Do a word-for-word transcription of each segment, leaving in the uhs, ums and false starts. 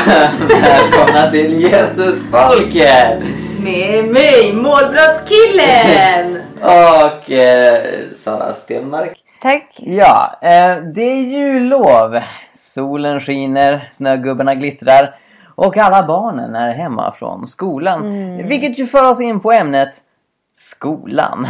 Välkomna till Jesusfolket! Med mig, målbrottskillen! Och eh, Sara Stenmark. Tack. Ja, eh, det är jullov. Solen skiner, snögubbarna glittrar och alla barnen är hemma från skolan. Mm. Vilket ju för oss in på ämnet skolan.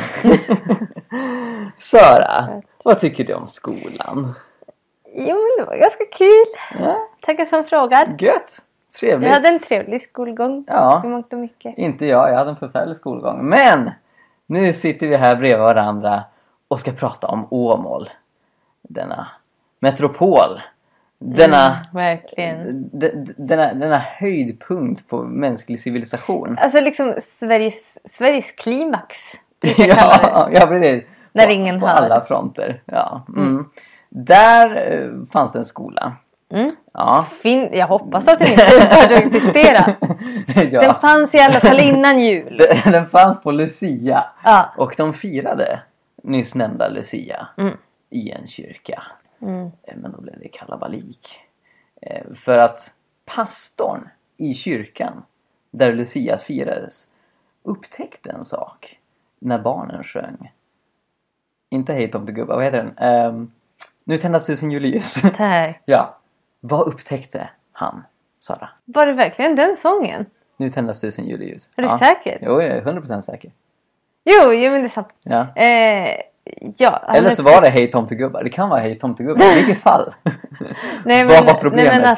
Sara, vad tycker du om skolan? Jo, men det var ganska kul. Ja. Tackar som frågar. Gött, trevligt. Jag hade en trevlig skolgång. Ja, i mångt och mycket. Inte jag, jag hade en förfärlig skolgång. Men nu sitter vi här bredvid varandra och ska prata om Åmål. Denna metropol. Denna, mm, verkligen. D- denna, denna höjdpunkt på mänsklig civilisation. Alltså liksom Sveriges, Sveriges klimax. ja, ja, precis. När på, ingen på hör. alla fronter. Ja. Mm. Mm. Där uh, fanns det en skola. Mm. Ja. Fin- jag hoppas att den inte började existera. ja. Den fanns i alla fall innan jul. Den, den fanns på Lucia. Ja. Och de firade nyss nämnda Lucia mm. i en kyrka. Mm. Men då blev det kalabalik. För att pastorn i kyrkan där Lucia firades upptäckte en sak när barnen sjöng. Inte hej tomtegubbar, vad heter den? Um, nu tändas tusen juleljus. Tack. Ja. Vad upptäckte han, Sara? Var det verkligen den sången? Nu tändas tusen juleljus. Är du ja. säker? Jo, jag är hundra procent säker. Jo, jo, men det är sant. Ja. Eh, ja, eller så var det hej tomtegubbar. Det kan vara hej tomtegubbar. I vilket fall. nej, men, vad var problemet? Nej, men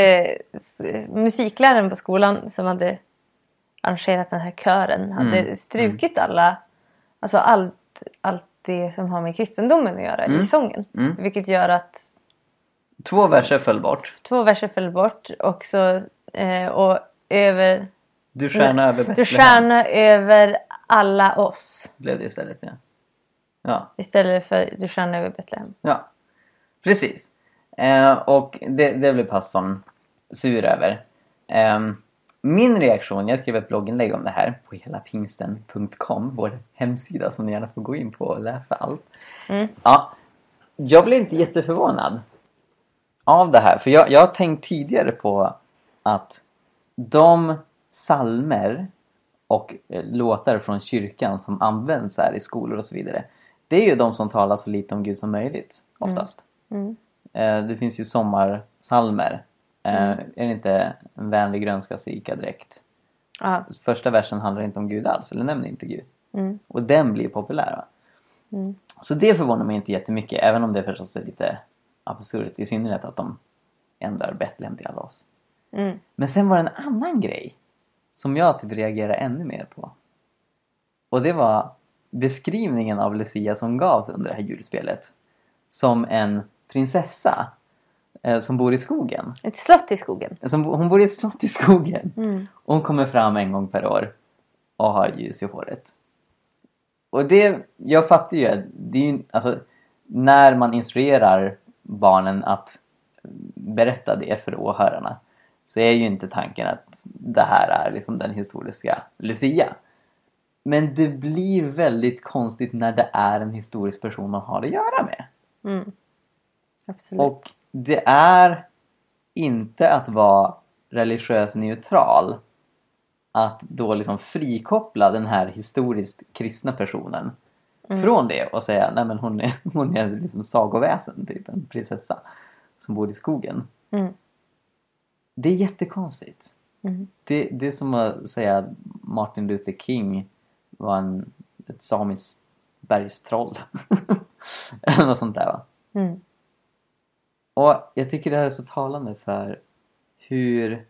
att eh, musikläraren på skolan som hade arrangerat den här kören hade mm. strukit alla, alltså allt, allt det som har med kristendomen att göra mm. i sången. Mm. Vilket gör att två verser föll bort. Två verser föll bort. Och, så, eh, och över... Du stjärna över Betlehem. Du stjärna över alla oss. Blev det istället, ja. Ja. Istället för du stjärna över Betlehem. Ja, precis. Eh, och det, det blev pastorn sur över. Eh, min reaktion, jag skrev ett blogginlägg om det här på helapingsten punkt com, vår hemsida som ni gärna får gå in på och läsa allt. Mm. Ja, jag blev inte jätteförvånad av det här. För jag, jag har tänkt tidigare på att de salmer och eh, låtar från kyrkan som används här i skolor och så vidare. Det är ju de som talar så lite om Gud som möjligt oftast. Mm. Mm. Eh, det finns ju sommarsalmer. Eh, mm. Är det inte en vänlig grönska sika direkt? Aha. Första versen handlar inte om Gud alls. Eller nämner inte Gud. Mm. Och den blir populär, va? Mm. Så det förvånar mig inte jättemycket. Även om det förstås är lite absurt. I synnerhet att de ändrar Betlehem till alla oss. Mm. Men sen var det en annan grej som jag typ reagerar ännu mer på. Och det var beskrivningen av Lucia som gavs under det här julspelet. Som en prinsessa eh, som bor i skogen. Ett slott i skogen. Som, hon bor i ett slott i skogen. Mm. Och hon kommer fram en gång per år och har ljus i håret. Och det, jag fattar ju att det är ju, alltså, när man instruerar barnen att berätta det för åhörarna, så är ju inte tanken att det här är liksom den historiska Lucia. Men det blir väldigt konstigt när det är en historisk person man har att göra med. Mm. Absolut. Och det är inte att vara religiös neutral att då liksom frikoppla den här historiskt kristna personen mm. från det och säga, nej men hon är, hon är liksom sagoväsen, typ en prinsessa som bor i skogen. Mm. Det är jättekonstigt. Mm. Det, det är som att säga att Martin Luther King var en, ett samiskt bergstroll. Eller något sånt där, va? Mm. Och jag tycker det här är så talande för hur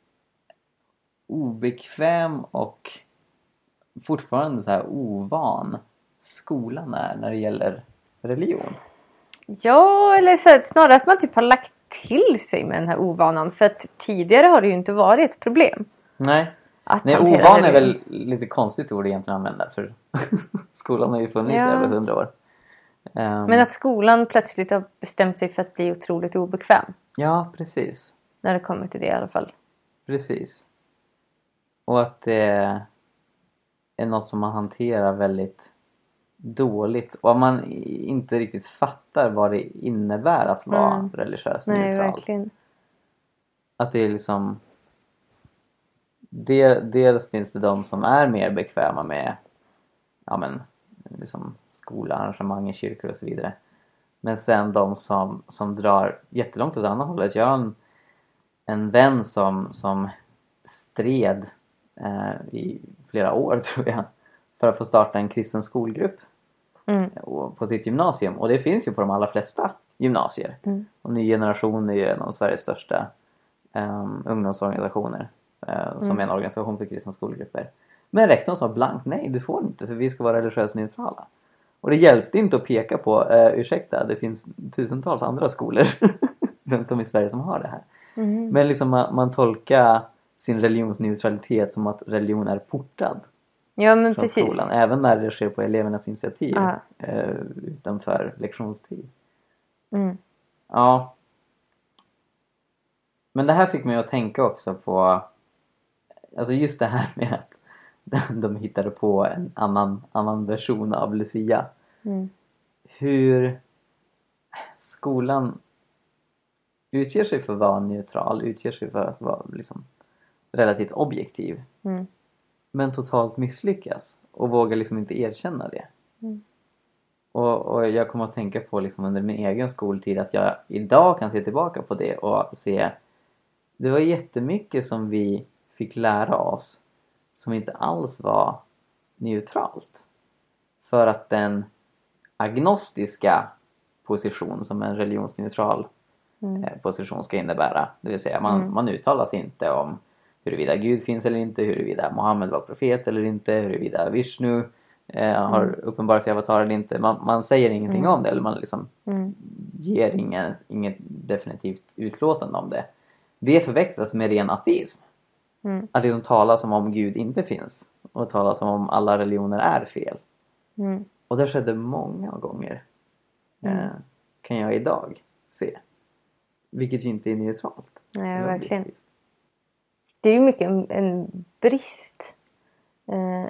obekväm och fortfarande så här ovan skolan är när det gäller religion. Ja, eller så att snarare att man typ har lagt till sig med den här ovanan. För att tidigare har det ju inte varit ett problem. Nej, att Nej ovan är väl lite konstigt ord egentligen att använda. För skolan har ju funnits ja. i över hundra år. Um, Men att skolan plötsligt har bestämt sig för att bli otroligt obekväm. Ja, precis. När det kommer till det i alla fall. Precis. Och att det är något som man hanterar väldigt dåligt. Och man inte riktigt fattar vad det innebär att vara mm. religiös Nej, neutral. verkligen. att det är liksom del, dels finns det de som är mer bekväma med ja men liksom skolarrangemang i kyrkor och så vidare. Men sen de som, som drar jättelångt åt andra hållet. Jag har en, en vän som, som stred eh, i flera år tror jag för att få starta en kristen skolgrupp Mm. på sitt gymnasium. Och det finns ju på de allra flesta gymnasier. Mm. Och Ny Generation är ju en av Sveriges största um, ungdomsorganisationer. Uh, som Mm. är en organisation för kristna skolgrupper. Men rektorn sa blankt nej, du får inte för vi ska vara religiöst neutrala. Och det hjälpte inte att peka på, uh, ursäkta, det finns tusentals andra skolor runt om i Sverige som har det här. Mm. Men liksom man, man tolkar sin religionsneutralitet som att religion är portad. Ja, men Från precis. skolan, även när det sker på elevernas initiativ Ja. eh, utanför lektionstid. Mm. Ja. Men det här fick mig att tänka också på alltså just det här med att de hittade på en annan, annan version av Lucia. Mm. Hur skolan utger sig för att vara neutral, utger sig för att vara liksom relativt objektiv. Mm. Men totalt misslyckas. Och vågar liksom inte erkänna det. Mm. Och, och jag kommer att tänka på liksom under min egen skoltid. Att jag idag kan se tillbaka på det. Och se. Det var jättemycket som vi fick lära oss. Som inte alls var neutralt. För att den agnostiska position som en religionsneutral Mm. eh, position ska innebära. Det vill säga man, Mm. man uttalar sig inte om huruvida Gud finns eller inte, huruvida Mohammed var profet eller inte, huruvida Vishnu eh, har Mm. uppenbarat sig avatar eller inte. Man, man säger ingenting Mm. om det eller man liksom Mm. ger ingen, inget definitivt utlåtande om det. Det förväxlas med ren ateism. Mm. Att liksom tala som om Gud inte finns och tala som om alla religioner är fel. Mm. Och det skedde många gånger. Mm. Eh, kan jag idag se. Vilket ju inte är neutralt. Nej, eller verkligen. objektivt. Det är ju mycket en, en brist eh,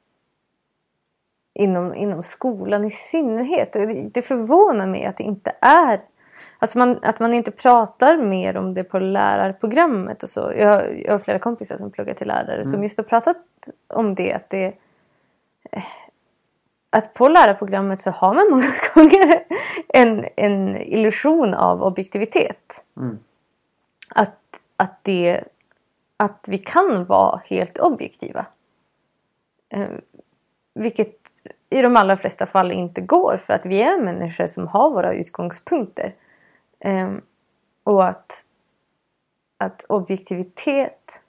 inom, inom skolan i synnerhet. Och det, det förvånar mig att det inte är... Alltså man, att man inte pratar mer om det på lärarprogrammet och så. Jag, har- jag har flera kompisar som pluggar till lärare Mm. som just har pratat om det. Att, det eh, att på lärarprogrammet så har man många gånger en, en illusion av objektivitet. Mm. Att, att, det, att vi kan vara helt objektiva. Eh, vilket i de allra flesta fall inte går. För att vi är människor som har våra utgångspunkter. Eh, och att, att objektivitet...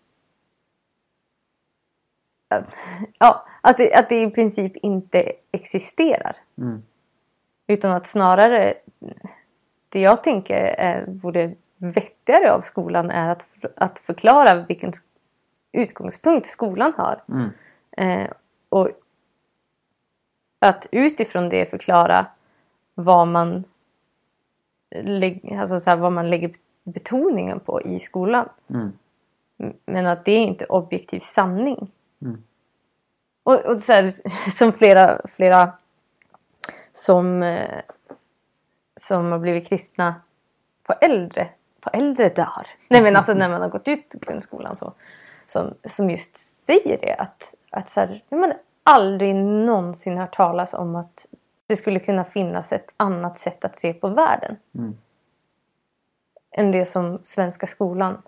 Att, ja, att det, att det i princip inte existerar. Mm. Utan att snarare det jag tänker är, vore vettigare av skolan är att, att förklara vilken sk- utgångspunkt skolan har. Mm. Eh, och att utifrån det förklara vad man, lägg, alltså så här, vad man lägger betoningen på i skolan. Mm. M- Men att det är inte objektiv sanning. Mm. Och, och så här, som flera, flera som, eh, som har blivit kristna på äldre, på äldre dagar. Nej men alltså när man har gått ut grundskolan så. Som, som just säger det. Att, att så här, man aldrig någonsin hört talas om att det skulle kunna finnas ett annat sätt att se på världen. Mm. Än det som svenska skolan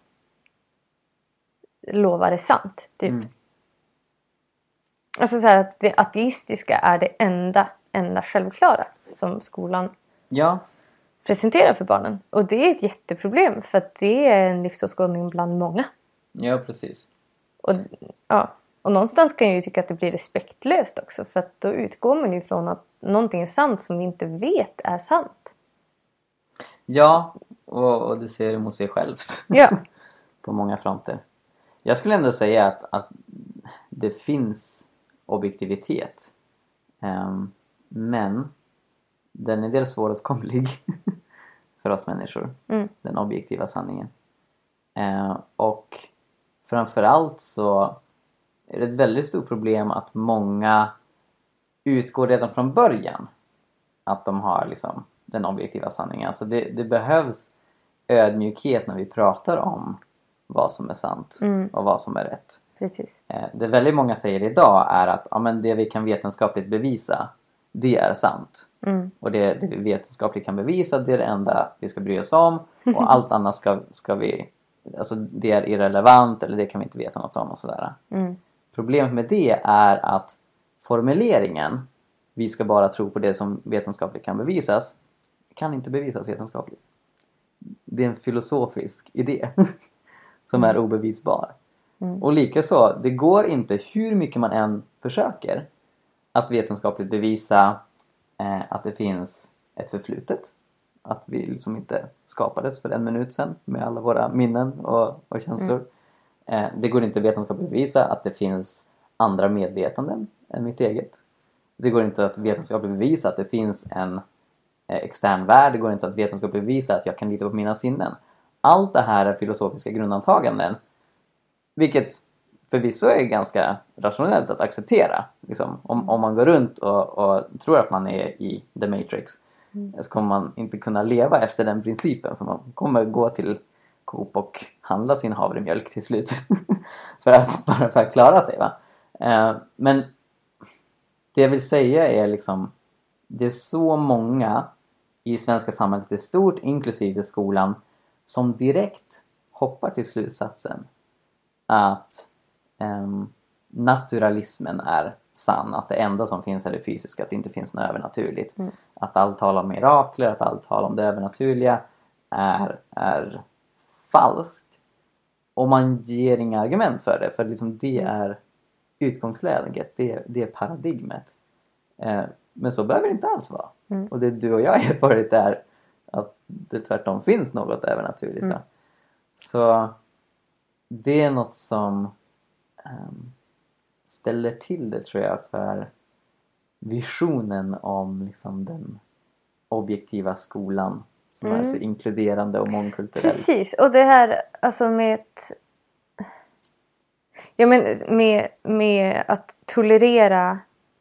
lovar är sant. Typ. Mm. Alltså så här att det ateistiska är det enda, enda självklara som skolan Ja. presenterar för barnen. Och det är ett jätteproblem för att det är en livsåskådning bland många. Ja, precis. Och, ja, och någonstans kan jag ju tycka att det blir respektlöst också. För att då utgår man ju från att någonting är sant som vi inte vet är sant. Ja, och, och det ser emot sig självt. Ja. På många fronter. Jag skulle ändå säga att, att det finns objektivitet. Ehm, men den är dels svåråtkomlig för oss människor. Mm. Den objektiva sanningen. Ehm, och framförallt så är det ett väldigt stort problem att många utgår redan från början att de har liksom den objektiva sanningen. Alltså det, det behövs ödmjukhet när vi pratar om vad som är sant Mm. och vad som är rätt. Precis. Eh, det väldigt många säger idag är att ja, men det vi kan vetenskapligt bevisa, det är sant. Mm. Och det, det vi vetenskapligt kan bevisa, det är det enda vi ska bry oss om. Och allt annat ska, ska vi, alltså det är irrelevant eller det kan vi inte veta något om och sådär. Mm. Problemet med det är att formuleringen, vi ska bara tro på det som vetenskapligt kan bevisas, kan inte bevisas vetenskapligt. Det är en filosofisk idé som är obevisbar. Mm. Och likaså, det går inte hur mycket man än försöker att vetenskapligt bevisa eh, att det finns ett förflutet. Att vi liksom inte skapades för en minut sedan med alla våra minnen och, och känslor. Mm. Eh, det går inte att vetenskapligt bevisa att det finns andra medvetanden än mitt eget. Det går inte att vetenskapligt bevisa att det finns en eh, extern värld. Det går inte att vetenskapligt bevisa att jag kan lita på mina sinnen. Allt det här är filosofiska grundantaganden. Vilket förvisso är ganska rationellt att acceptera. Liksom, om, om man går runt och, och tror att man är i The Matrix. Mm. Så kommer man inte kunna leva efter den principen. För man kommer gå till Coop och handla sin havremjölk till slut. för att, bara för att klara sig. Va? Eh, men det jag vill säga är liksom. Det är så många i svenska samhället i stort, inklusive skolan. Som direkt hoppar till slutsatsen. Att um, naturalismen är sann. Att det enda som finns är det fysiska. Att det inte finns något övernaturligt. Mm. Att allt tal om mirakler, att allt tal om det övernaturliga är, är falskt. Och man ger inga argument för det. För liksom det är utgångsläget. Det, det är paradigmet. Eh, men så behöver det inte alls vara. Mm. Och det du och jag är för det är att det tvärtom finns något övernaturligt. Mm. Så det är något som um, ställer till det, tror jag, för visionen om liksom den objektiva skolan som mm. är så inkluderande och mångkulturell. Precis, och det här alltså med ett, ja, men med, med att tolerera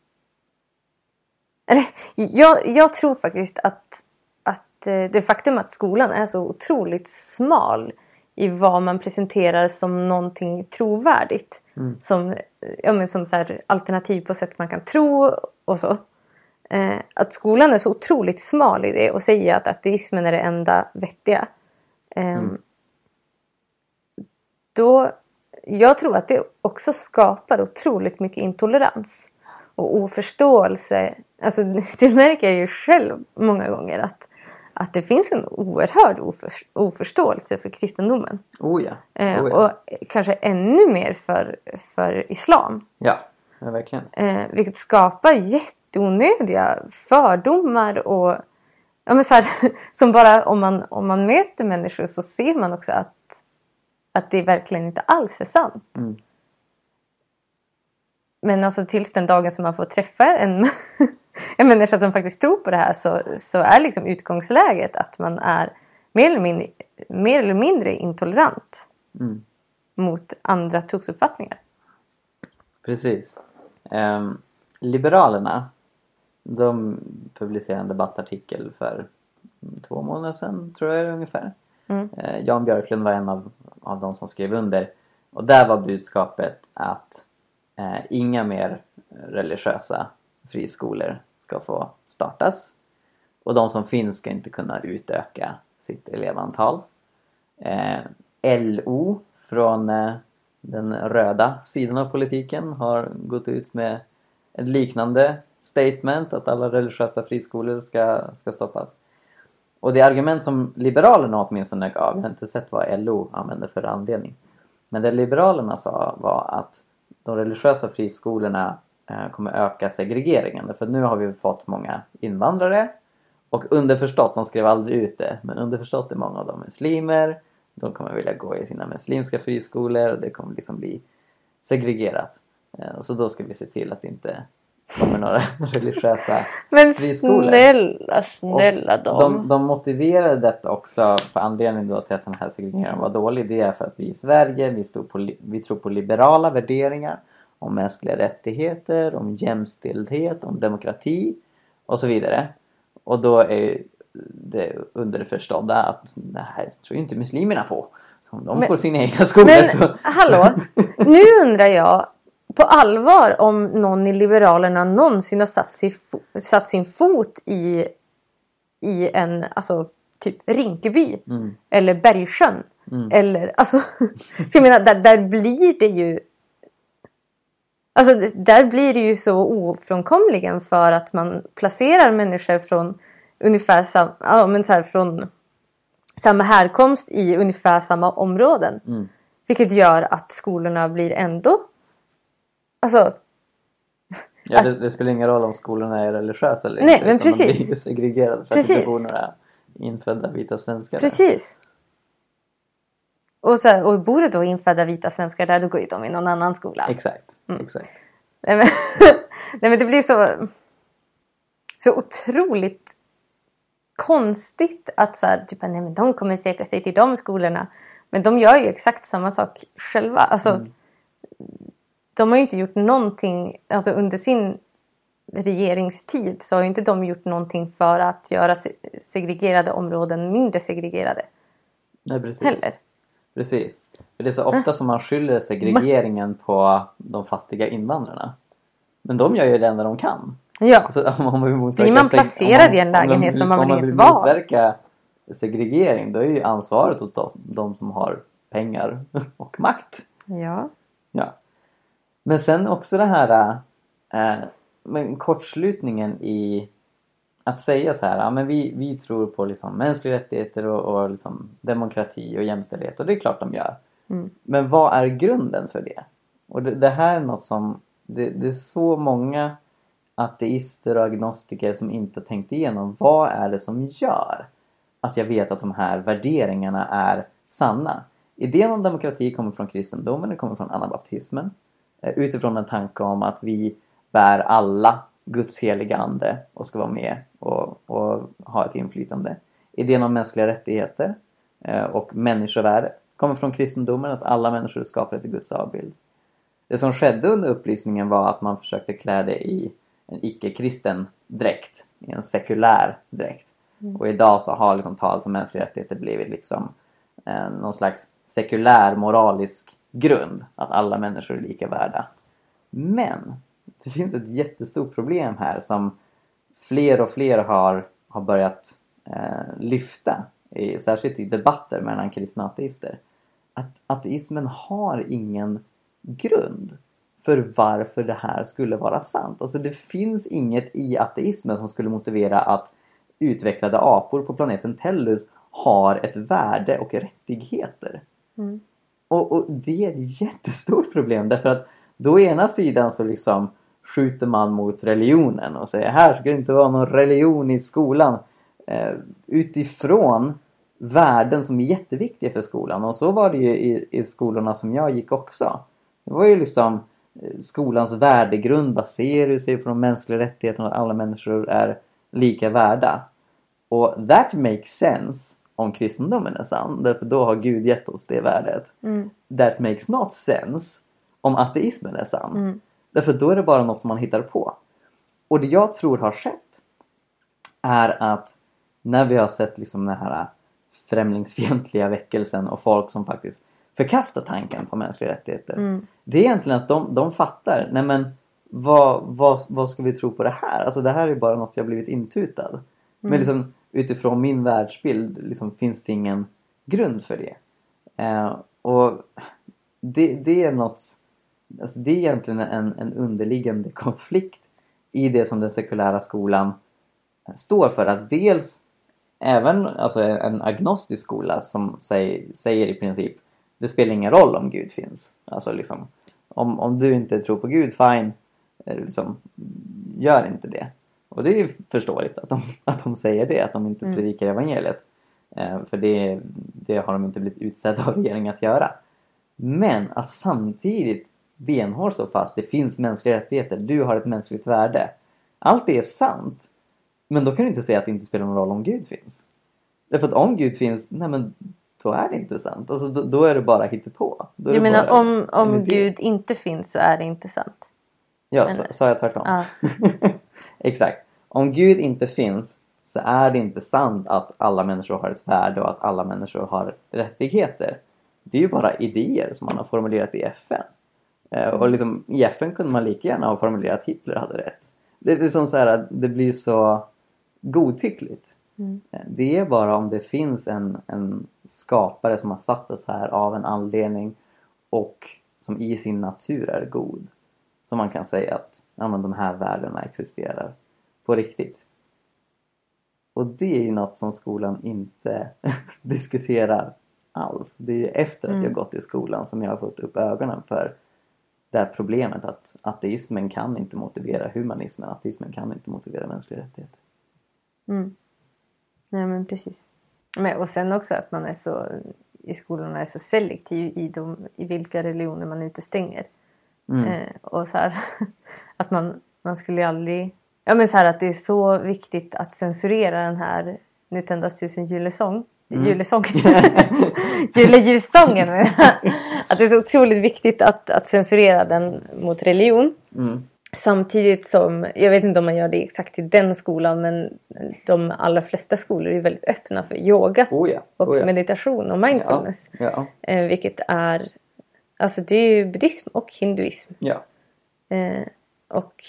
eller, jag, jag tror faktiskt att, att det faktum att skolan är så otroligt smal i vad man presenterar som någonting trovärdigt. Mm. Som, ja, men som så här alternativ på sätt man kan tro och så. Eh, att skolan är så otroligt smal i det och säger att ateismen är det enda vettiga. Eh, mm. Då, jag tror att det också skapar otroligt mycket intolerans och oförståelse. Alltså det märker jag ju själv många gånger att Att det finns en oerhörd oför- oförståelse för kristendomen. Oh ja. Oh ja. Eh, och kanske ännu mer för, för islam. Ja, ja verkligen. Eh, vilket skapar jätteonödiga fördomar. Och, ja, men så här, som bara om man, om man möter människor så ser man också att, att det verkligen inte alls är sant. Mm. Men alltså tills den dagen som man får träffa en... en människa som faktiskt tror på det här så, så är liksom utgångsläget att man är mer eller mindre, mer eller mindre intolerant mm. mot andra trosuppfattningar. Precis. Um, Liberalerna, de publicerade en debattartikel för två månader sedan, tror jag ungefär. Mm. Uh, Jan Björklund var en av, av de som skrev under. Och där var budskapet att uh, inga mer religiösa friskolor ska få startas. Och de som finns ska inte kunna utöka sitt elevantal. Eh, L O från eh, den röda sidan av politiken har gått ut med ett liknande statement att alla religiösa friskolor ska, ska stoppas. Och det argument som Liberalerna åtminstone gav, jag har inte sett vad L O använde för anledning. Men det Liberalerna sa var att de religiösa friskolorna kommer öka segregeringen. För nu har vi fått många invandrare. Och underförstått, de skrev aldrig ut det. Men underförstått är många av dem muslimer. De kommer vilja gå i sina muslimska friskolor. Och det kommer liksom bli segregerat. Så då ska vi se till att det inte kommer några religiösa men friskolor. Men snälla, snälla dem. De, de motiverade detta också. För anledningen då till att den här segregeringen var dålig. Det är för att vi i Sverige, vi, stod på, vi tror på liberala värderingar. Om mänskliga rättigheter, om jämställdhet, om demokrati och så vidare. Och då är det underförstådda att det här tror inte muslimerna på. Om de Men- får sina egna skolor Men så... hallå, nu undrar jag på allvar om någon i Liberalerna någonsin har satt, sig fo- satt sin fot i, i en, alltså typ Rinkeby Mm. eller Bergsjön. Mm. Eller, alltså, för jag menar, där, där blir det ju, alltså det- där blir det ju så ofrånkomligen för att man placerar människor från ungefär sam, ja, men så här, från samma härkomst i ungefär samma områden. Mm. Vilket gör att skolorna blir ändå, alltså, Ja, det, det spelar ingen roll om skolorna är religiösa eller Nej, inte. men utan de precis. blir ju segregerade för Precis. att det bor några infödda vita svenskar där. precis. Och, så här, och bor det då infödda vita svenskar där, då går ju de i någon annan skola. Exakt, Mm. exakt. Nej men, nej men det blir så så otroligt konstigt att så här, typ, nej men de kommer söka sig till de skolorna. Men de gör ju exakt samma sak själva. Alltså, Mm. de har ju inte gjort någonting, alltså under sin regeringstid så har ju inte de gjort någonting för att göra se- segregerade områden mindre segregerade Nej, precis. heller. Precis. För det är så ofta som man skyller segregeringen på de fattiga invandrarna. Men de gör ju det enda de kan. Ja, Alltså, om man vill motverka Blir man seg- placerad om man- i en lägenhet om de- som man om väl vill inget val? motverka segregering, då är ju ansvaret hos de, de som har pengar och makt. ja. Ja. Men sen också det här äh, men kortslutningen i att säga så här, ja, men vi, vi tror på liksom mänskliga rättigheter och, och liksom demokrati och jämställdhet, och det är klart de gör. Mm. Men vad är grunden för det? Och det, det här är något som det, det är så många ateister och agnostiker som inte har tänkt igenom. Vad är det som gör att jag vet att de här värderingarna är sanna? Idén om demokrati kommer från kristendomen, det kommer från anabaptismen. Eh, Utifrån en tanke om att vi bär alla Guds heliga ande och ska vara med och, och ha ett inflytande. Idén om mänskliga rättigheter eh, och människovärdet kommer från kristendomen, att alla människor är skapade till Guds avbild. Det som skedde under upplysningen var att man försökte klä det i en icke-kristen dräkt, i en sekulär dräkt. Mm. Och idag så har liksom talet om mänskliga rättigheter blivit liksom eh, någon slags sekulär moralisk grund, att alla människor är lika värda. Men det finns ett jättestort problem här som fler och fler har, har börjat eh, lyfta, i, särskilt i debatter mellan kristna och ateister. Att ateismen har ingen grund för varför det här skulle vara sant. Alltså det finns inget i ateismen som skulle motivera att utvecklade apor på planeten Tellus har ett värde och rättigheter. Mm. Och, och det är ett jättestort problem, därför att då ena sidan så liksom skjuter man mot religionen och säger här ska det inte vara någon religion i skolan, eh, utifrån värden som är jätteviktiga för skolan. Och så var det ju i, i skolorna som jag gick också. Det var ju liksom eh, skolans värdegrund baserar sig på de mänskliga rättigheterna, att alla människor är lika värda. Och that makes sense om kristendomen är sann, därför då har Gud gett oss det värdet. Mm. That makes not sense om ateismen är sann. Mm. Därför då är det bara något som man hittar på. Och det jag tror har skett är att när vi har sett liksom den här främlingsfientliga väckelsen och folk som faktiskt förkastar tanken på mänskliga rättigheter. Mm. Det är egentligen att de, de fattar, nej men vad, vad, vad ska vi tro på det här? Alltså det här är bara något jag blivit intutad. Mm. Men liksom utifrån min världsbild liksom, finns det ingen grund för det. Eh, och det, det är något, alltså det är egentligen en, en underliggande konflikt i det som den sekulära skolan står för. Att dels även alltså en agnostisk skola som säger, säger i princip det spelar ingen roll om Gud finns. Alltså liksom, om, om du inte tror på Gud, fine, liksom, gör inte det. Och det är ju förståeligt att de, att de säger det, att de inte Mm. predikar evangeliet. Eh, för det, det har de inte blivit utsedda av regeringen att göra. Men att samtidigt benhårt stå fast, det finns mänskliga rättigheter, du har ett mänskligt värde. Allt det är sant. Men då kan du inte säga att det inte spelar någon roll om Gud finns. Därför att om Gud finns, nej men då är det inte sant. Alltså då, då är det bara hittepå. Då är Jag det menar bara om, om en idé. Gud inte finns så är det inte sant. Ja, men- så, sa jag tvärtom. Ja. Exakt. Om Gud inte finns så är det inte sant att alla människor har ett värde och att alla människor har rättigheter. det är ju bara idéer som man har formulerat i F N. Eh, och liksom, i F N kunde man lika gärna ha formulerat att Hitler hade rätt. Det är liksom så här att det blir så godtyckligt. Mm. Det är bara om det finns en, en skapare som har satt oss här av en anledning och som i sin natur är god, som man kan säga att ja, men de här värdena existerar på riktigt. Och det är ju något som skolan inte diskuterar alls. Det är ju efter att Mm. jag gått i skolan som jag har fått upp ögonen för det här problemet att ateismen kan inte motivera humanismen. Ateismen kan inte motivera mänskliga rättigheter. Mm. Nej, men precis. Men, och sen också att man är så i skolorna är så selektiv i, de, i vilka religioner man utestänger. Mm. Eh, och så här att man, man skulle aldrig... Ja, men så här att det är så viktigt att censurera den här Nu tändas tusen julesång. Mm. Julesång. Juleljussången. Att det är så otroligt viktigt att, att censurera den mot religion. Mm. Samtidigt som, jag vet inte om man gör det exakt i den skolan, men de allra flesta skolor är väldigt öppna för yoga oh ja, och oh ja. meditation och mindfulness. Ja, ja. Eh, vilket är, alltså det är ju buddhism och hinduism. Ja. Eh, och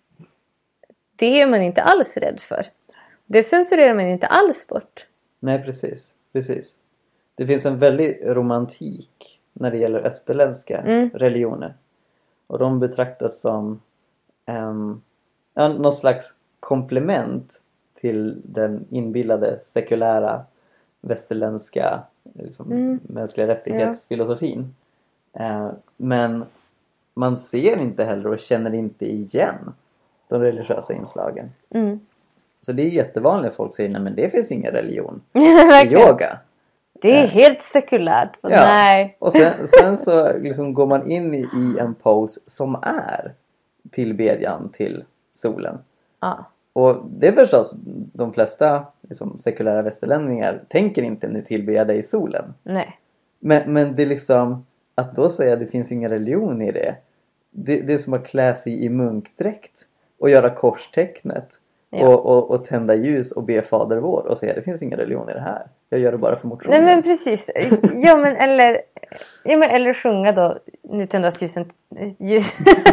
det är man inte alls rädd för. Det censurerar man inte alls bort. Nej, precis. precis. Det finns en väldig romantik när det gäller österländska Mm. religioner. Och de betraktas som um, ja, någon slags komplement till den inbillade sekulära västerländska liksom, Mm. mänskliga rättighetsfilosofin. Uh, men man ser inte heller och känner inte igen de religiösa inslagen. Mm. Så det är jättevanligt folk säger, nej men det finns ingen religion i Verkligen. yoga. Det är helt sekulärt. Ja. Nej. Och sen, sen så liksom går man in i, i en pose som är tillbedjan till solen. Ja. Och det är förstås, de flesta liksom, sekulära västerlänningar tänker inte nu tillber dig solen. Nej. Men, men det är liksom, att då säga att det finns ingen religion i det. Det, det är som att klä sig i munkdräkt och göra korstecknet. Ja. Och, och, och tända ljus och be fader vår och säga det finns ingen religion i det här. Jag gör det bara för motionen. Nej men precis. Ja men eller, ja, men, eller sjunga då. Nu tändas ljusen. Ljus.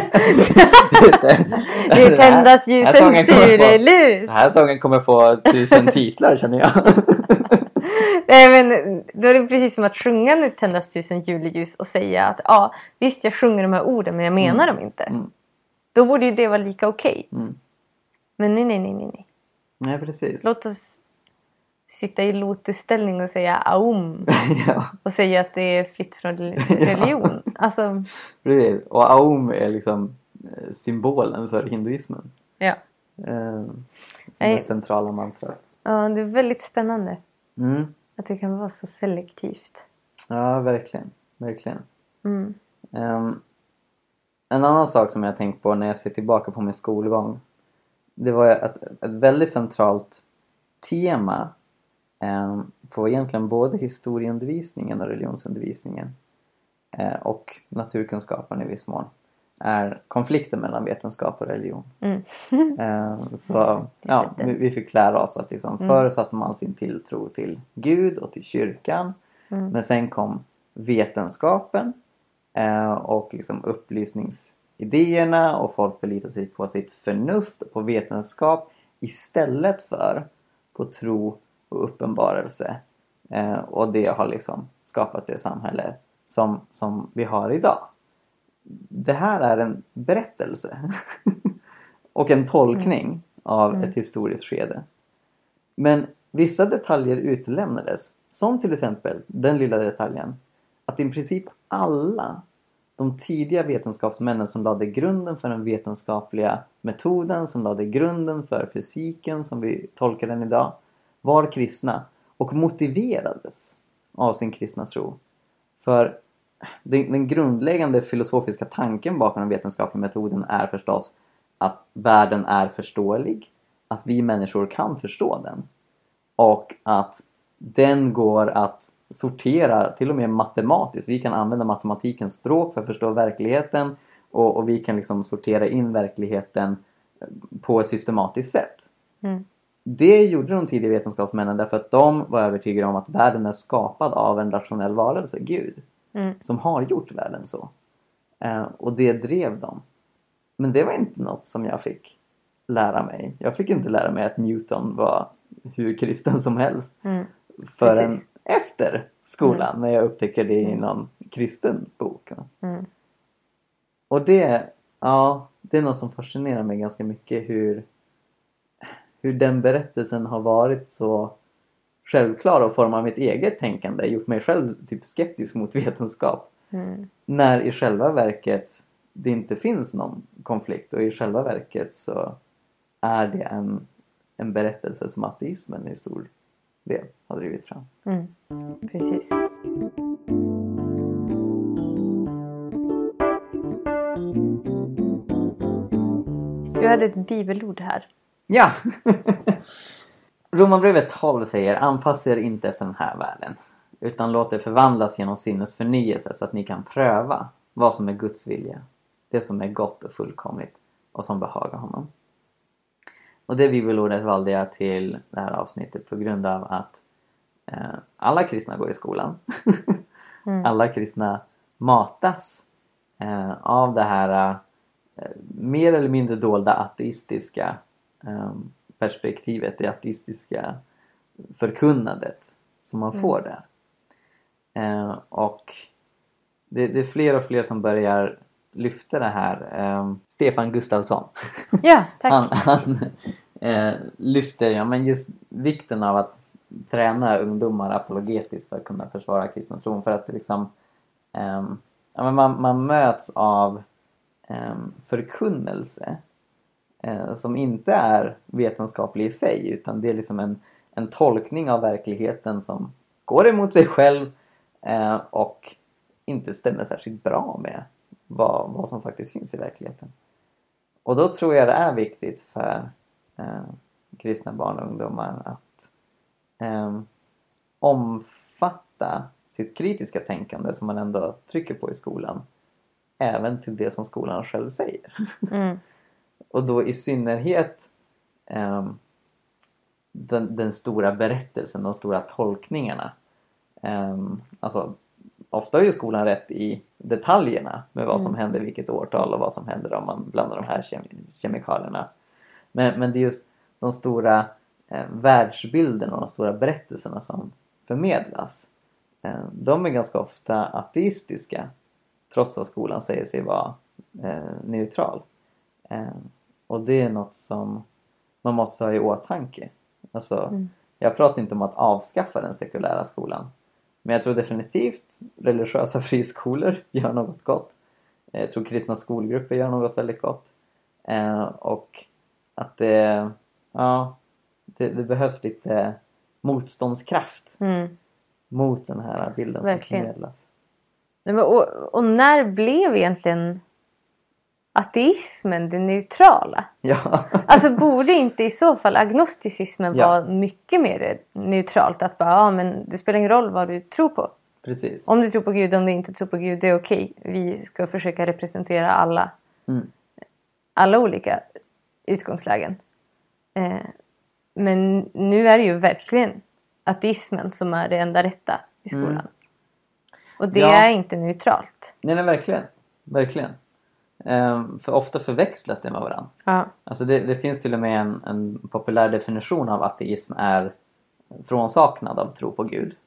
Nu tändas ljusen syrelus. Den här sången kommer få tusen titlar känner jag. Nej men då är det precis som att sjunga Nu tändas tusen juleljus och säga att ja visst jag sjunger de här orden men jag menar Mm. dem inte. Mm. Då borde ju det vara lika okej. Okay. Mm. Men nej nej nej nej nej. Nej precis. Låt oss sitta i lotusställning och säga aum. Ja. Och säga att det är fritt från religion. Ja. Alltså... Precis. Och aum är liksom symbolen för hinduismen. Ja. Eh, det centrala mantrat. Ja, det är väldigt spännande. Mm. Att det kan vara så selektivt. Ja, verkligen. Verkligen. Mm. Um, en annan sak som jag tänkt på när jag ser tillbaka på min skolgång. Det var ett, ett väldigt centralt tema um, på egentligen både historieundervisningen och religionsundervisningen uh, och naturkunskapen i viss mån är konflikten mellan vetenskap och religion. Mm. uh, så ja, vi, vi fick lära oss att liksom, Mm. förr satte man sin tilltro till Gud och till kyrkan. Mm. Men sen kom vetenskapen uh, och liksom upplysningsidéerna och folk förlitar sig på sitt förnuft och på vetenskap istället för på tro och uppenbarelse. Eh, och det har liksom skapat det samhälle som, som vi har idag. Det här är en berättelse och en tolkning mm. av Mm. ett historiskt skede. Men vissa detaljer utelämnades. Som till exempel den lilla detaljen att i princip alla de tidiga vetenskapsmännen som lade grunden för den vetenskapliga metoden, som lade grunden för fysiken som vi tolkar den idag, var kristna och motiverades av sin kristna tro. För den, den grundläggande filosofiska tanken bakom den vetenskapliga metoden är förstås att världen är förståelig, att vi människor kan förstå den och att den går att sortera till och med matematiskt. Vi kan använda matematikens språk för att förstå verkligheten och, och vi kan liksom sortera in verkligheten på ett systematiskt sätt. Mm. det gjorde de tidiga vetenskapsmännen därför att de var övertygade om att världen är skapad av en rationell varelse, Gud. Mm. Som har gjort världen så. Eh, och det drev dem. Men det var inte något som jag fick lära mig. Jag fick inte lära mig att Newton var hur kristen som helst. Mm. Förrän Precis. efter skolan. Mm. När jag upptäcker det i Mm. någon kristen bok. Mm. Och det, ja, det är något som fascinerar mig ganska mycket. Hur, hur den berättelsen har varit så självklar och format mitt eget tänkande. Gjort mig själv typ skeptisk mot vetenskap. Mm. När i själva verket det inte finns någon konflikt. Och i själva verket så är det en, en berättelse som ateismen i stor del har drivit fram. Mm. Precis. Du hade ett bibelord här. Ja! Romarbrevet tolv säger: anpassa er inte efter den här världen, utan låt er förvandlas genom sinnes förnyelse så att ni kan pröva vad som är Guds vilja, det som är gott och fullkomligt och som behagar honom. Och det bibelordet valde jag till det här avsnittet på grund av att eh, alla kristna går i skolan. Mm. Alla kristna matas eh, av det här eh, mer eller mindre dolda ateistiska eh, perspektivet, det ateistiska förkunnandet som man Mm. får där. Eh, och det, det är fler och fler som börjar lyfta det här. Eh, Stefan Gustafsson. Ja, tack. Han, han eh, lyfter ja, men just vikten av att träna ungdomar apologetiskt för att kunna försvara kristna tron. För att liksom, eh, ja, men man, man möts av eh, förkunnelse eh, som inte är vetenskaplig i sig, utan det är liksom en, en tolkning av verkligheten som går emot sig själv eh, och inte stämmer särskilt bra med vad, vad som faktiskt finns i verkligheten. Och då tror jag det är viktigt för eh, kristna barn och ungdomar att eh, omfatta sitt kritiska tänkande som man ändå trycker på i skolan. Även till det som skolan själv säger. Mm. Och då i synnerhet eh, den, den stora berättelsen, de stora tolkningarna. Eh, alltså ofta är ju skolan rätt i detaljerna med vad som Mm. händer vilket årtal och vad som händer om man blandar de här kem- kemikalierna. Men, men det är just de stora eh, världsbilderna och de stora berättelserna som förmedlas. Eh, de är ganska ofta ateistiska trots att skolan säger sig vara eh, neutral. Eh, och det är något som man måste ha i åtanke. Alltså, Mm. jag pratar inte om att avskaffa den sekulära skolan. Men jag tror definitivt religiösa friskolor gör något gott. Jag tror kristna skolgrupper gör något väldigt gott. Eh, och att det, ja, det, det behövs lite motståndskraft Mm. mot den här bilden Verkligen. som förmedlas. Nej, men Och, och när blev egentligen ateismen det neutrala? Ja, Alltså borde inte i så fall agnosticismen Ja. vara mycket mer neutralt? Att bara, ja men det spelar ingen roll vad du tror på. precis. Om du tror på Gud, om du inte tror på Gud, det är okej. Vi ska försöka representera alla, Mm. alla olika utgångslägen. Eh, men nu är det ju verkligen ateismen som är det enda rätta i skolan. Mm. Och det Ja. är inte neutralt. Nej, nej, verkligen. Verkligen. Ehm, för ofta förväxlas det med varandra. Ja. Alltså det, det finns till och med en, en populär definition av ateism är frånsaknad av tro på Gud.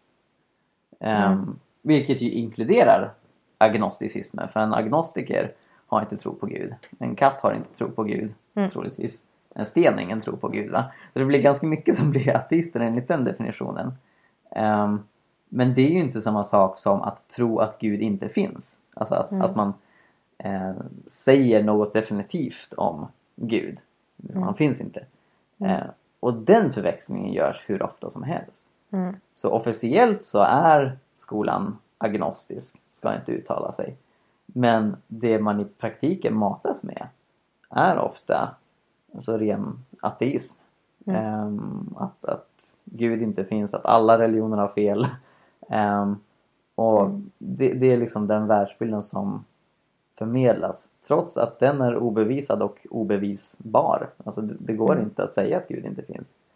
Ehm, Mm. Vilket ju inkluderar agnosticismen. För en agnostiker har inte tro på Gud. En katt har inte tro på Gud, Mm. troligtvis. En sten har ingen tro på Gud, va? Så det blir ganska mycket som blir ateister enligt den definitionen. Ehm, men det är ju inte samma sak som att tro att Gud inte finns. Alltså att, Mm. att man eh, säger något definitivt om Gud. Mm. Han finns inte. Mm. Eh, och den förväxlingen görs hur ofta som helst. Mm. Så officiellt så är skolan agnostisk, ska inte uttala sig. Men det man i praktiken matas med är ofta alltså ren ateism. Mm. Ehm, att, att Gud inte finns, att alla religioner har fel. Ehm, och Mm. det, det är liksom den världsbilden som förmedlas. Trots att den är obevisad och obevisbar. Alltså det, det går Mm. inte att säga att Gud inte finns.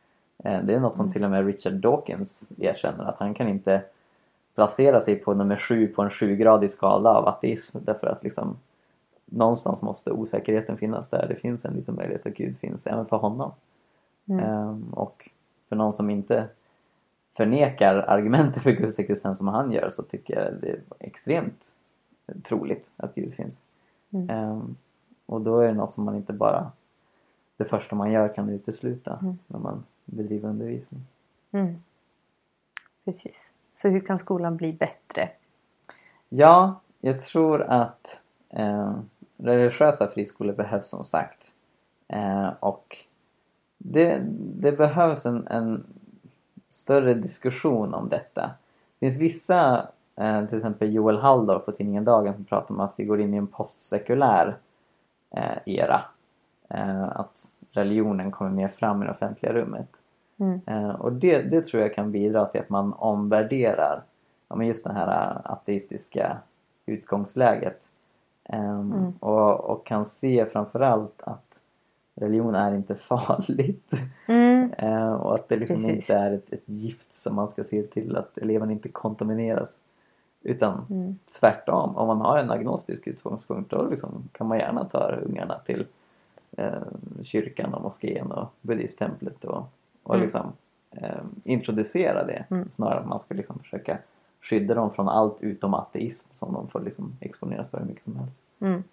Eh, det är något som till och med Richard Dawkins erkänner, att han kan inte placera sig på nummer sju på en sjugradig skala av ateism, därför att liksom någonstans måste osäkerheten finnas där. Det finns en liten möjlighet att Gud finns även för honom. Mm. Um, och för någon som inte förnekar argumenter för Guds existens som han gör, så tycker jag det är extremt troligt att Gud finns. Mm. Um, och då är det något som man inte bara det första man gör kan utesluta Mm. när man bedriver undervisning. Mm. Precis. Så hur kan skolan bli bättre? Ja, jag tror att eh, religiösa friskolor behövs som sagt. Eh, och det, det behövs en, en större diskussion om detta. Det finns vissa, eh, till exempel Joel Halldorf på tidningen Dagen, som pratar om att vi går in i en postsekulär eh, era. Eh, att religionen kommer mer fram i det offentliga rummet. Mm. Eh, och det, det tror jag kan bidra till att man omvärderar ja, men just det här ateistiska utgångsläget. Um, Mm. och, och kan se framförallt att religion är inte farligt. Mm. uh, och att det liksom Precis. inte är ett, ett gift som man ska se till att eleverna inte kontamineras. Utan Mm. tvärtom, om man har en agnostisk utgångspunkt, då liksom kan man gärna ta ungarna till uh, kyrkan och moskén och buddhisttemplet och, och Mm. liksom uh, introducera det. Mm. Snarare att man ska liksom försöka skydda dem från allt utom ateism som de får liksom exponeras för hur mycket som helst. Mm.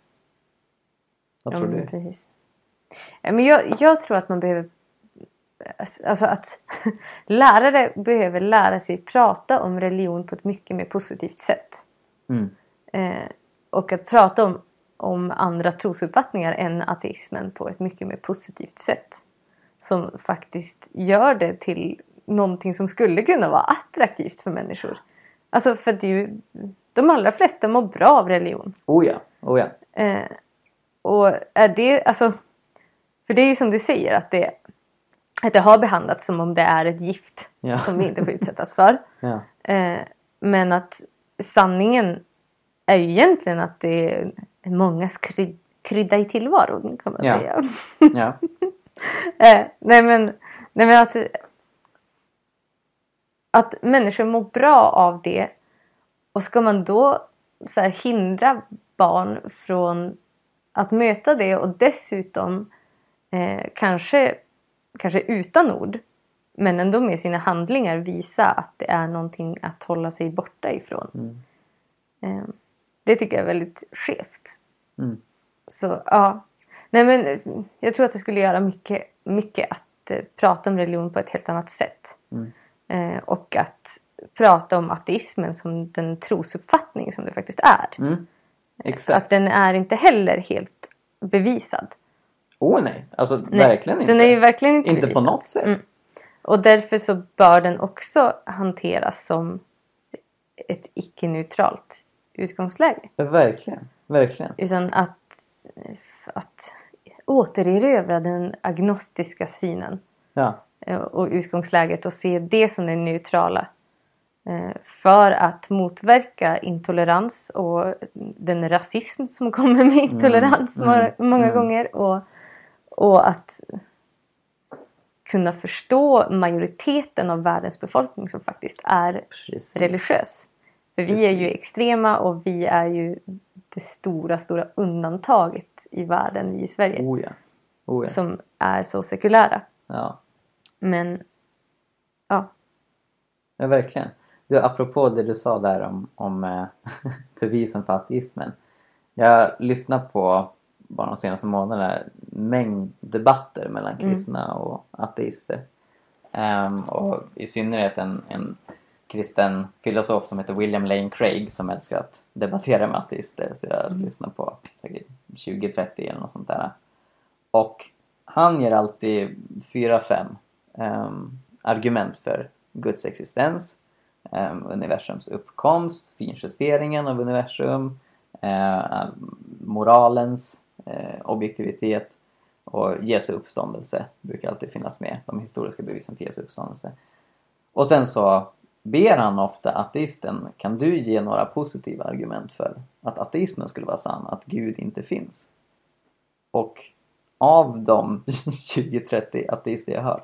Vad Ja, tror men du? precis. Ja, men jag, jag tror att man behöver, alltså att lärare behöver lära sig prata om religion på ett mycket mer positivt sätt. Mm. Eh, och att prata om, om andra trosuppfattningar än ateismen på ett mycket mer positivt sätt. Som faktiskt gör det till någonting som skulle kunna vara attraktivt för människor. Alltså för att ju, de allra flesta mår bra av religion. Oh ja, oh ja. Eh, och är det, alltså, för det är ju som du säger att det, att det har behandlats som om det är ett gift Ja. som vi inte får utsättas för. Ja. Eh, men att sanningen är ju egentligen att det är mångas kryd, krydda i tillvaron, kan man Ja. säga. Ja. eh, nej men, nej men att att människor mår bra av det, och ska man då så här, hindra barn från att möta det, och dessutom eh, kanske, kanske utan ord men ändå med sina handlingar visa att det är någonting att hålla sig borta ifrån. Mm. Eh, det tycker jag är väldigt skevt. Mm. Så ja, nej men jag tror att det skulle göra mycket, mycket att eh, prata om religion på ett helt annat sätt. Mm. Eh, och att prata om ateismen som den trosuppfattning som det faktiskt är. Mm. Exakt. Att den är inte heller helt bevisad. Åh oh, nej, alltså Nej, verkligen inte. Den är ju verkligen inte Inte bevisad. på något sätt. Mm. Och därför så bör den också hanteras som ett icke-neutralt utgångsläge. Ja, verkligen, verkligen. Utan att, att återerövra den agnostiska synen. Ja. Och utgångsläget och se det som det neutrala. För att motverka intolerans och den rasism som kommer med intolerans Mm, mm, många mm. gånger. Och, och att kunna förstå majoriteten av världens befolkning som faktiskt är Precis. religiös. För vi Precis. är ju extrema och vi är ju det stora, stora undantaget i världen, vi i Sverige. Oh ja. Oh ja. Som är så sekulära. Ja. Men, ja. Ja, verkligen. Du, apropå det du sa där om, om eh, bevisen för ateismen. Jag lyssnar på bara de senaste månaderna mängd debatter mellan kristna mm. och ateister. Um, och i synnerhet en, en kristen filosof som heter William Lane Craig som älskar att debattera med ateister. Så jag mm. lyssnar på säkert tjugo trettio eller något sånt där. Och han ger alltid fyra, fem um, argument för Guds existens, um, universums uppkomst, finjusteringen av universum, uh, moralens uh, objektivitet och Jesu uppståndelse brukar alltid finnas med, de historiska bevisen för Jesu uppståndelse. Och sen så ber han ofta ateisten, kan du ge några positiva argument för att ateismen skulle vara sann, att Gud inte finns? Och av de tjugo trettio ateister jag hört så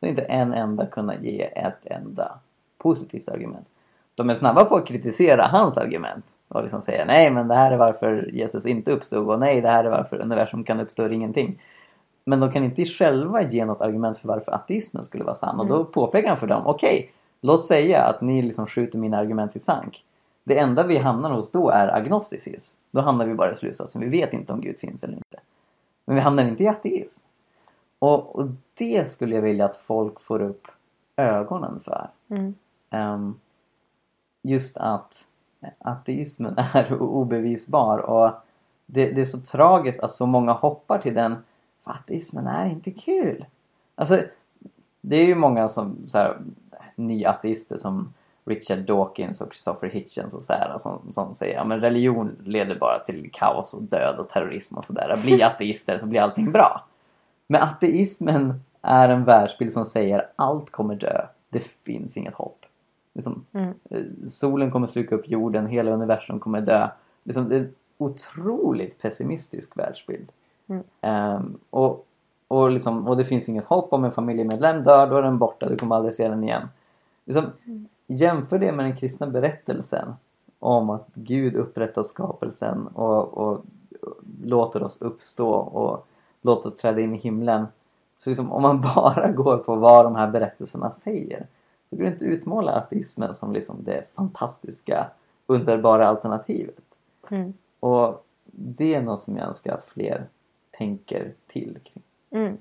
så har inte en enda kunnat ge ett enda positivt argument. De är snabba på att kritisera hans argument och liksom säga nej, men det här är varför Jesus inte uppstod, och nej, det här är varför universum kan uppstå ur ingenting. Men de kan inte själva ge något argument för varför ateismen skulle vara sann. Och då påpekar han för dem, okej, okay, låt säga att ni liksom skjuter mina argument i sank. Det enda vi hamnar hos då är agnosticism. Då hamnar vi bara i slutsatsen, vi vet inte om Gud finns eller inte. Men vi hamnar inte i ateism. Och, och det skulle jag vilja att folk får upp ögonen för. Mm. Um, just att ateismen är obevisbar. Och det, det är så tragiskt att så många hoppar till den. För ateismen är inte kul. Alltså, det är ju många som så här, nyateister som Richard Dawkins och Christopher Hitchens och så här, som, som säger att ja, religion leder bara till kaos och död och terrorism och sådär. Bli ateister så blir allting bra. Men ateismen är en världsbild som säger allt kommer dö. Det finns inget hopp. Liksom, mm. Solen kommer sluka upp jorden. Hela universum kommer dö. Liksom, det är en otroligt pessimistisk världsbild. Mm. Um, och, och, liksom, och det finns inget hopp. Om en familjemedlem dör, då är den borta. Du kommer aldrig se den igen. Liksom, mm. Jämför det med den kristna berättelsen om att Gud upprättar skapelsen och, och, och låter oss uppstå och låter oss träda in i himlen. Så liksom, om man bara går på vad de här berättelserna säger, så går det inte utmåla ateismen som liksom det fantastiska, underbara alternativet. Mm. Och det är något som jag önskar att fler tänker till kring. Mm.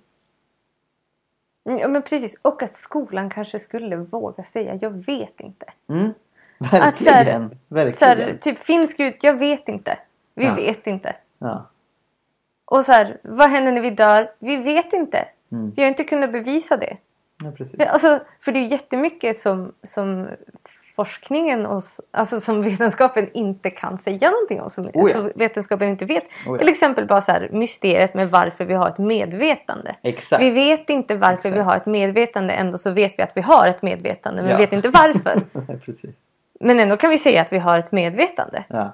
Ja, men precis. Och att skolan kanske skulle våga säga, jag vet inte. Mm. Verkligen. Att så här, verkligen. Så här, typ, finns Gud? Jag vet inte. Vi ja. vet inte. Ja. Och så här, vad händer när vi dör? Vi vet inte. Mm. Vi har inte kunnat bevisa det. Ja, precis. Alltså, för det är jättemycket som, som forskningen och alltså som vetenskapen inte kan säga någonting om. Som, oh ja. som vetenskapen inte vet. Oh ja. Till exempel bara så här, mysteriet med varför vi har ett medvetande. Exakt. Vi vet inte varför Exakt. vi har ett medvetande. Ändå så vet vi att vi har ett medvetande. Men ja. vi vet inte varför. Ja, precis. Men ändå kan vi säga att vi har ett medvetande. Ja.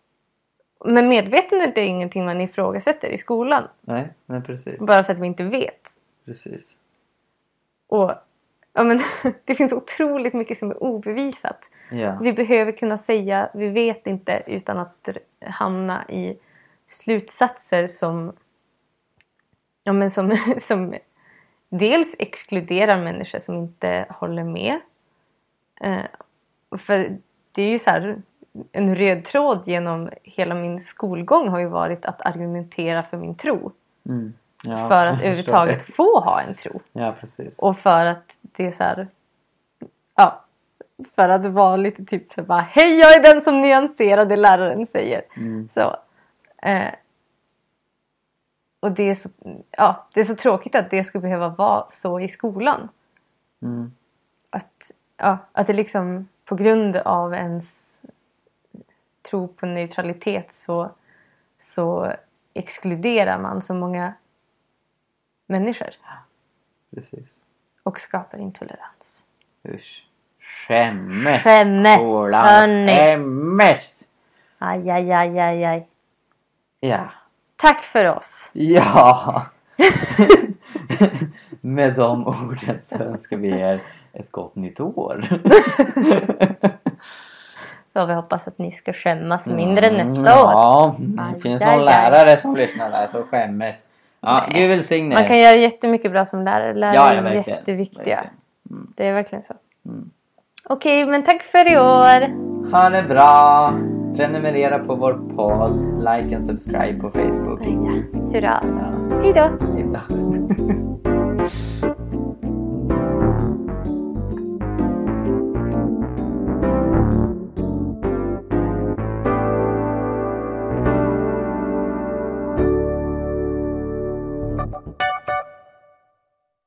Men medvetandet är ingenting man ifrågasätter i skolan. Nej, men precis. Bara för att vi inte vet. Precis. Och ja, men, det finns otroligt mycket som är obevisat. Ja. Vi behöver kunna säga vi vet inte utan att hamna i slutsatser som, ja, men som, som dels exkluderar människor som inte håller med. Eh, för det är ju så här, en röd tråd genom hela min skolgång har ju varit att argumentera för min tro. Mm. Ja, för att överhuvudtaget det. få ha en tro. Ja, precis. Och för att det är så här, ja, för att vara lite typ så bara, hej, jag är den som nyanserade läraren säger. Mm. Så. Eh, och det är så, ja, det är så tråkigt att det skulle behöva vara så i skolan. Mm. Att, ja, att det liksom på grund av ens tro på neutralitet så, så exkluderar man så många människor. Precis. Och skapar intolerans. Usch. Skämmes. Skämmes, hörni. Skämmes. Aj, aj, aj, aj, aj. Ja. Tack för oss. Ja. Med de orden så önskar vi er ett gott nytt år. Så vi hoppas att ni ska skämmas mindre mm, nästa ja. år. Ja, det aj, finns aj, någon aj. lärare som lyssnar där så skämmes. Ja, Nej. Gud välsigne. Man kan göra jättemycket bra som lärare. Lärare Ja, ja, är verkligen. jätteviktiga. Verkligen. Mm. Det är verkligen så. Mm. Okej, men tack för i år. Ha det bra. Prenumerera på vår podd. Like and subscribe på Facebook. Ja, hurra. Ja. Hej då. Hej då.